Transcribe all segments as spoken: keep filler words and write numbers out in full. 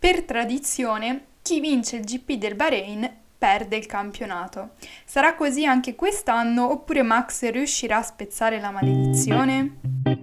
per tradizione, chi vince il G P del Bahrain perde il campionato. Sarà così anche quest'anno oppure Max riuscirà a spezzare la maledizione?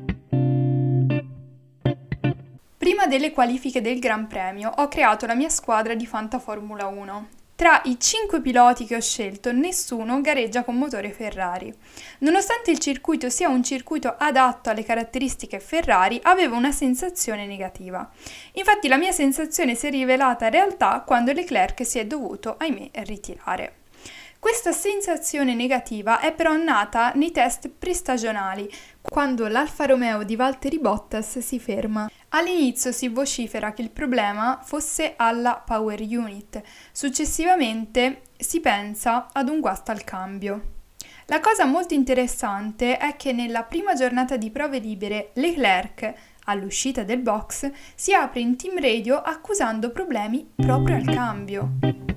Prima delle qualifiche del Gran Premio ho creato la mia squadra di Fanta Formula uno. Tra i cinque piloti che ho scelto, nessuno gareggia con motore Ferrari. Nonostante il circuito sia un circuito adatto alle caratteristiche Ferrari, avevo una sensazione negativa. Infatti la mia sensazione si è rivelata realtà quando Leclerc si è dovuto, ahimè, ritirare. Questa sensazione negativa è però nata nei test prestagionali, quando l'Alfa Romeo di Valtteri Bottas si ferma. All'inizio si vocifera che il problema fosse alla power unit, successivamente si pensa ad un guasto al cambio. La cosa molto interessante è che nella prima giornata di prove libere Leclerc, all'uscita del box, si apre in team radio accusando problemi proprio al cambio.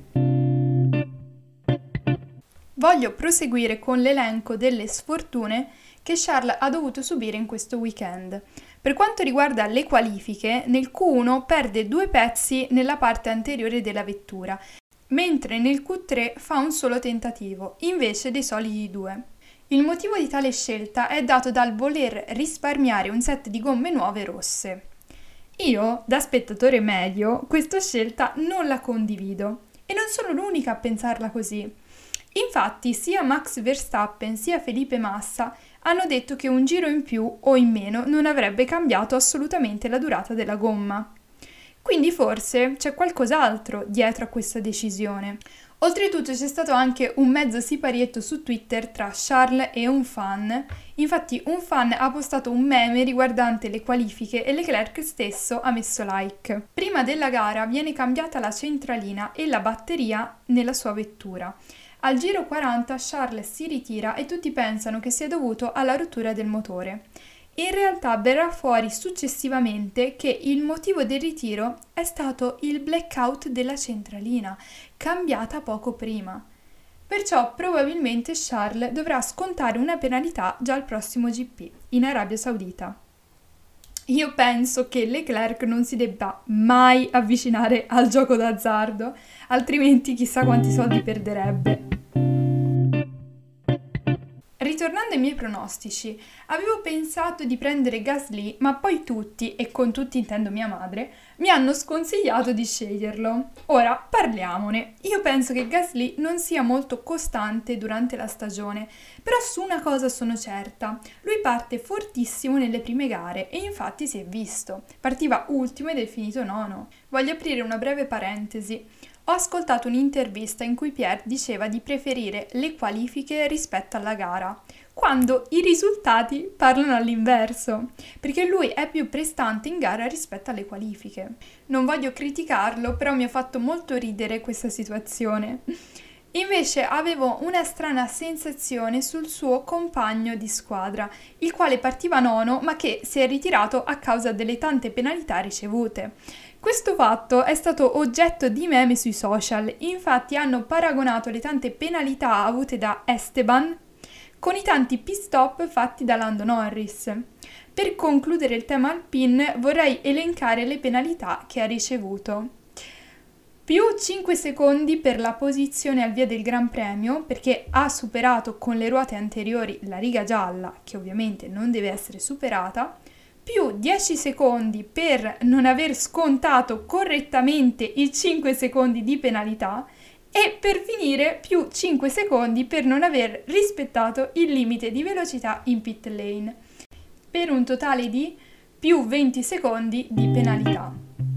Voglio proseguire con l'elenco delle sfortune che Charles ha dovuto subire in questo weekend. Per quanto riguarda le qualifiche, nel Q uno perde due pezzi nella parte anteriore della vettura, mentre nel Q tre fa un solo tentativo, invece dei soliti due. Il motivo di tale scelta è dato dal voler risparmiare un set di gomme nuove rosse. Io, da spettatore medio, questa scelta non la condivido e non sono l'unica a pensarla così. Infatti, sia Max Verstappen sia Felipe Massa hanno detto che un giro in più o in meno non avrebbe cambiato assolutamente la durata della gomma. Quindi forse c'è qualcos'altro dietro a questa decisione. Oltretutto c'è stato anche un mezzo siparietto su Twitter tra Charles e un fan. Infatti un fan ha postato un meme riguardante le qualifiche e Leclerc stesso ha messo like. Prima della gara viene cambiata la centralina e la batteria nella sua vettura. Al giro quaranta Charles si ritira e tutti pensano che sia dovuto alla rottura del motore. In realtà verrà fuori successivamente che il motivo del ritiro è stato il blackout della centralina, cambiata poco prima. Perciò probabilmente Charles dovrà scontare una penalità già al prossimo G P, in Arabia Saudita. Io penso che Leclerc non si debba mai avvicinare al gioco d'azzardo, altrimenti chissà quanti soldi perderebbe. Ritornando ai miei pronostici, avevo pensato di prendere Gasly, ma poi tutti, e con tutti intendo mia madre, mi hanno sconsigliato di sceglierlo. Ora parliamone. Io penso che Gasly non sia molto costante durante la stagione, però su una cosa sono certa. Lui parte fortissimo nelle prime gare e infatti si è visto. Partiva ultimo ed è finito nono. Voglio aprire una breve parentesi. Ho ascoltato un'intervista in cui Pierre diceva di preferire le qualifiche rispetto alla gara, quando i risultati parlano all'inverso, perché lui è più prestante in gara rispetto alle qualifiche. Non voglio criticarlo, però mi ha fatto molto ridere questa situazione. Invece avevo una strana sensazione sul suo compagno di squadra, il quale partiva nono ma che si è ritirato a causa delle tante penalità ricevute. Questo fatto è stato oggetto di meme sui social, infatti hanno paragonato le tante penalità avute da Esteban con i tanti pit stop fatti da Lando Norris. Per concludere il tema Alpine vorrei elencare le penalità che ha ricevuto. Più cinque secondi per la posizione al via del Gran Premio, perché ha superato con le ruote anteriori la riga gialla, che ovviamente non deve essere superata, più dieci secondi per non aver scontato correttamente i cinque secondi di penalità e per finire più cinque secondi per non aver rispettato il limite di velocità in pit lane, per un totale di più venti secondi di penalità.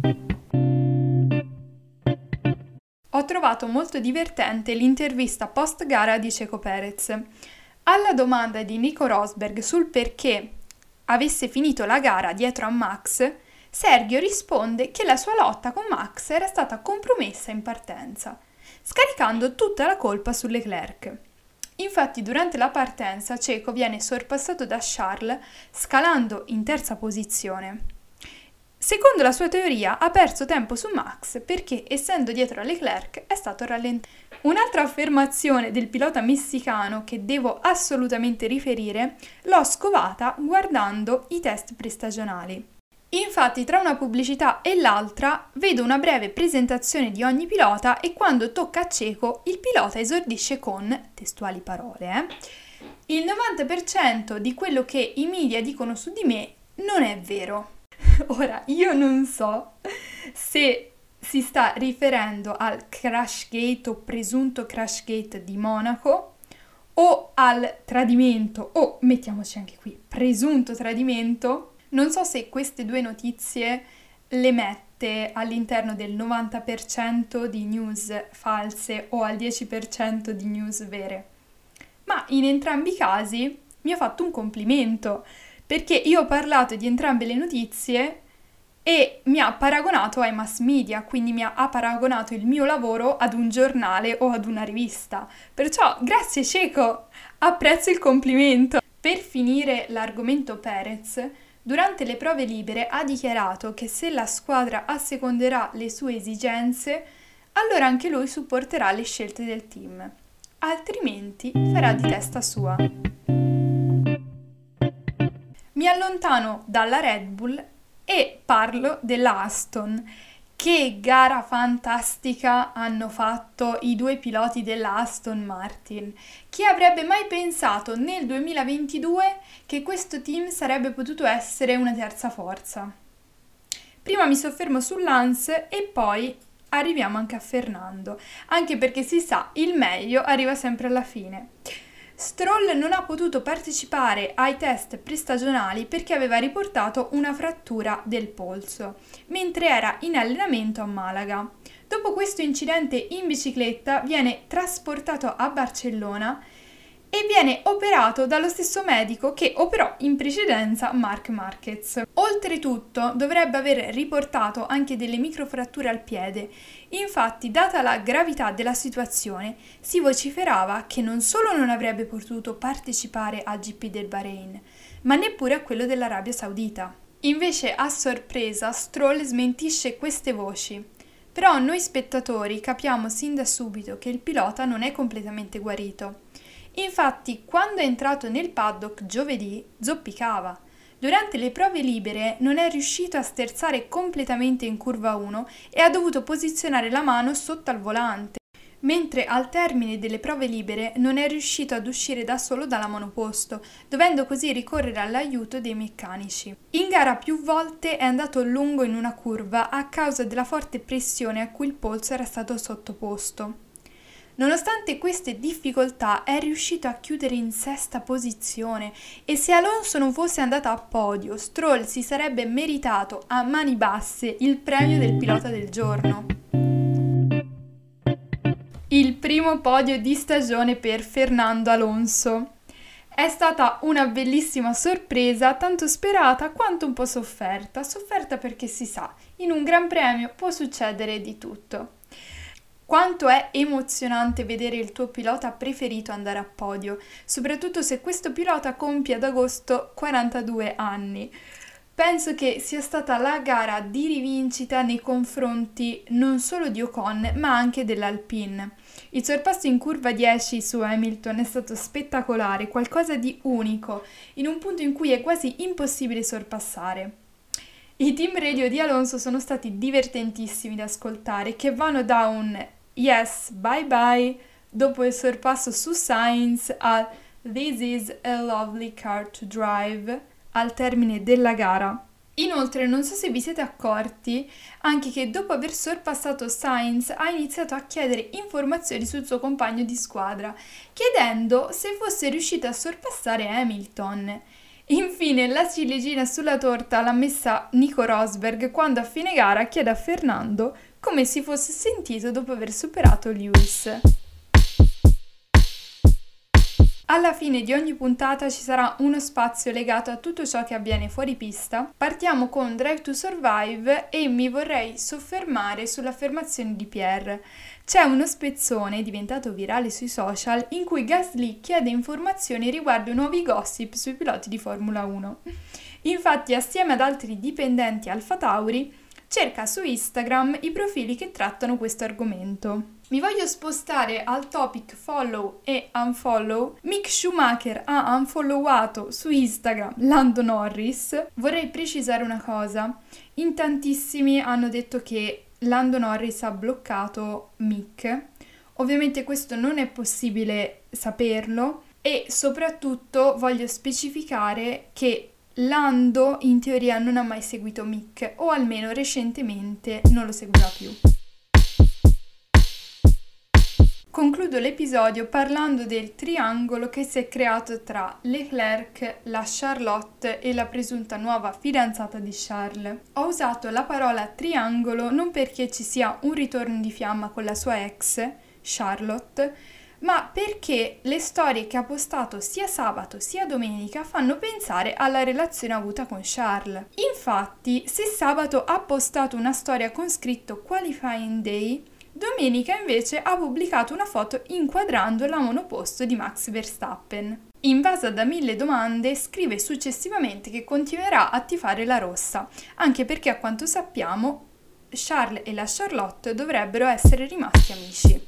Ho trovato molto divertente l'intervista post gara di Checo Perez. Alla domanda di Nico Rosberg sul perché avesse finito la gara dietro a Max, Sergio risponde che la sua lotta con Max era stata compromessa in partenza, scaricando tutta la colpa su Leclerc. Infatti durante la partenza Checo viene sorpassato da Charles scalando in terza posizione. Secondo la sua teoria ha perso tempo su Max perché essendo dietro a Leclerc è stato rallentato. Un'altra affermazione del pilota messicano che devo assolutamente riferire l'ho scovata guardando i test prestagionali. Infatti, tra una pubblicità e l'altra vedo una breve presentazione di ogni pilota e quando tocca a Checo il pilota esordisce con, testuali parole, eh, il novanta per cento di quello che i media dicono su di me non è vero. Ora, io non so se si sta riferendo al Crashgate o presunto Crashgate di Monaco o al tradimento o, mettiamoci anche qui, presunto tradimento. Non so se queste due notizie le mette all'interno del novanta per cento di news false o al dieci per cento di news vere, ma in entrambi i casi mi ha fatto un complimento, perché io ho parlato di entrambe le notizie e mi ha paragonato ai mass media, quindi mi ha, ha paragonato il mio lavoro ad un giornale o ad una rivista. Perciò, grazie Checo, apprezzo il complimento. Per finire l'argomento Perez, durante le prove libere ha dichiarato che se la squadra asseconderà le sue esigenze, allora anche lui supporterà le scelte del team, altrimenti farà di testa sua. Mi allontano dalla Red Bull e parlo della Aston. Che gara fantastica hanno fatto i due piloti della Aston Martin. Chi avrebbe mai pensato nel duemilaventidue che questo team sarebbe potuto essere una terza forza? Prima mi soffermo su Lance e poi arriviamo anche a Fernando, anche perché si sa, il meglio arriva sempre alla fine. Stroll non ha potuto partecipare ai test prestagionali perché aveva riportato una frattura del polso, mentre era in allenamento a Malaga. Dopo questo incidente in bicicletta viene trasportato a Barcellona e viene operato dallo stesso medico che operò in precedenza Marc Marquez. Oltretutto dovrebbe aver riportato anche delle microfratture al piede. Infatti, data la gravità della situazione, si vociferava che non solo non avrebbe potuto partecipare al G P del Bahrain, ma neppure a quello dell'Arabia Saudita. Invece, a sorpresa, Stroll smentisce queste voci. Però noi spettatori capiamo sin da subito che il pilota non è completamente guarito. Infatti, quando è entrato nel paddock giovedì, zoppicava. Durante le prove libere non è riuscito a sterzare completamente in curva uno e ha dovuto posizionare la mano sotto al volante, mentre al termine delle prove libere non è riuscito ad uscire da solo dalla monoposto, dovendo così ricorrere all'aiuto dei meccanici. In gara più volte è andato lungo in una curva a causa della forte pressione a cui il polso era stato sottoposto. Nonostante queste difficoltà è riuscito a chiudere in sesta posizione e se Alonso non fosse andato a podio, Stroll si sarebbe meritato a mani basse il premio del pilota del giorno. Il primo podio di stagione per Fernando Alonso. È stata una bellissima sorpresa, tanto sperata quanto un po' sofferta. Sofferta perché si sa, in un Gran Premio può succedere di tutto. Quanto è emozionante vedere il tuo pilota preferito andare a podio, soprattutto se questo pilota compie ad agosto quarantadue anni. Penso che sia stata la gara di rivincita nei confronti non solo di Ocon, ma anche dell'Alpine. Il sorpasso in curva dieci su Hamilton è stato spettacolare, qualcosa di unico, in un punto in cui è quasi impossibile sorpassare. I team radio di Alonso sono stati divertentissimi da ascoltare, che vanno da un yes, bye bye, dopo il sorpasso su Sainz, a this is a lovely car to drive, al termine della gara. Inoltre, non so se vi siete accorti anche che dopo aver sorpassato Sainz ha iniziato a chiedere informazioni sul suo compagno di squadra, chiedendo se fosse riuscito a sorpassare Hamilton. Infine, la ciliegina sulla torta l'ha messa Nico Rosberg quando a fine gara chiede a Fernando come si fosse sentito dopo aver superato Lewis. Alla fine di ogni puntata ci sarà uno spazio legato a tutto ciò che avviene fuori pista. Partiamo con Drive to Survive e mi vorrei soffermare sull'affermazione di Pierre. C'è uno spezzone diventato virale sui social in cui Gasly chiede informazioni riguardo i nuovi gossip sui piloti di Formula uno. Infatti, assieme ad altri dipendenti AlphaTauri, cerca su Instagram i profili che trattano questo argomento. Mi voglio spostare al topic follow e unfollow. Mick Schumacher ha unfollowato su Instagram Lando Norris. Vorrei precisare una cosa. In tantissimi hanno detto che Lando Norris ha bloccato Mick. Ovviamente questo non è possibile saperlo e soprattutto voglio specificare che Lando in teoria non ha mai seguito Mick, o almeno recentemente non lo seguirà più. Concludo l'episodio parlando del triangolo che si è creato tra Leclerc, la Charlotte e la presunta nuova fidanzata di Charles. Ho usato la parola triangolo non perché ci sia un ritorno di fiamma con la sua ex, Charlotte, ma perché le storie che ha postato sia sabato sia domenica fanno pensare alla relazione avuta con Charles. Infatti, se sabato ha postato una storia con scritto Qualifying Day, domenica invece ha pubblicato una foto inquadrando la monoposto di Max Verstappen. Invasa da mille domande, scrive successivamente che continuerà a tifare la rossa, anche perché a quanto sappiamo Charles e la Charlotte dovrebbero essere rimasti amici.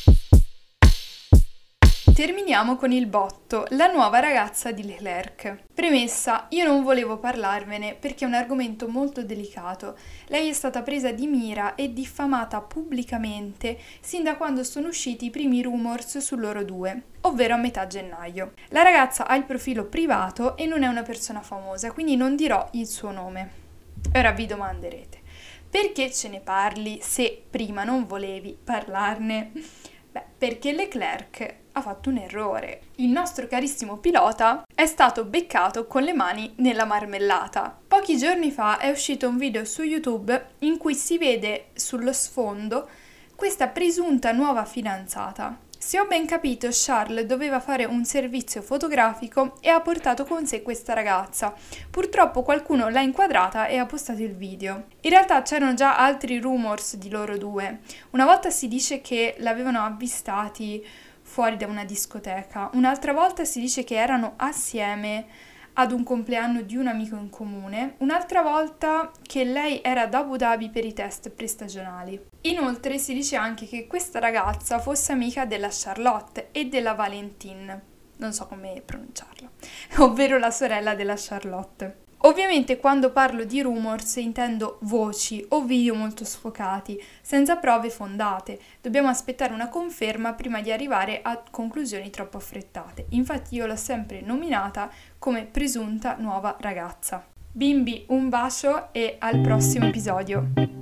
Terminiamo con il botto, la nuova ragazza di Leclerc. Premessa, io non volevo parlarvene perché è un argomento molto delicato. Lei è stata presa di mira e diffamata pubblicamente sin da quando sono usciti i primi rumors su loro due, ovvero a metà gennaio. La ragazza ha il profilo privato e non è una persona famosa, quindi non dirò il suo nome. Ora vi domanderete, perché ce ne parli se prima non volevi parlarne? Beh, perché Leclerc ha fatto un errore. Il nostro carissimo pilota è stato beccato con le mani nella marmellata. Pochi giorni fa è uscito un video su YouTube in cui si vede sullo sfondo questa presunta nuova fidanzata. Se ho ben capito, Charles doveva fare un servizio fotografico e ha portato con sé questa ragazza. Purtroppo qualcuno l'ha inquadrata e ha postato il video. In realtà c'erano già altri rumors di loro due. Una volta si dice che l'avevano avvistati fuori da una discoteca, un'altra volta si dice che erano assieme ad un compleanno di un amico in comune, un'altra volta che lei era ad Abu Dhabi per i test prestagionali. Inoltre si dice anche che questa ragazza fosse amica della Charlotte e della Valentine, non so come pronunciarlo, ovvero la sorella della Charlotte. Ovviamente quando parlo di rumors intendo voci o video molto sfocati, senza prove fondate. Dobbiamo aspettare una conferma prima di arrivare a conclusioni troppo affrettate. Infatti io l'ho sempre nominata come presunta nuova ragazza. Bimbi, un bacio e al prossimo episodio!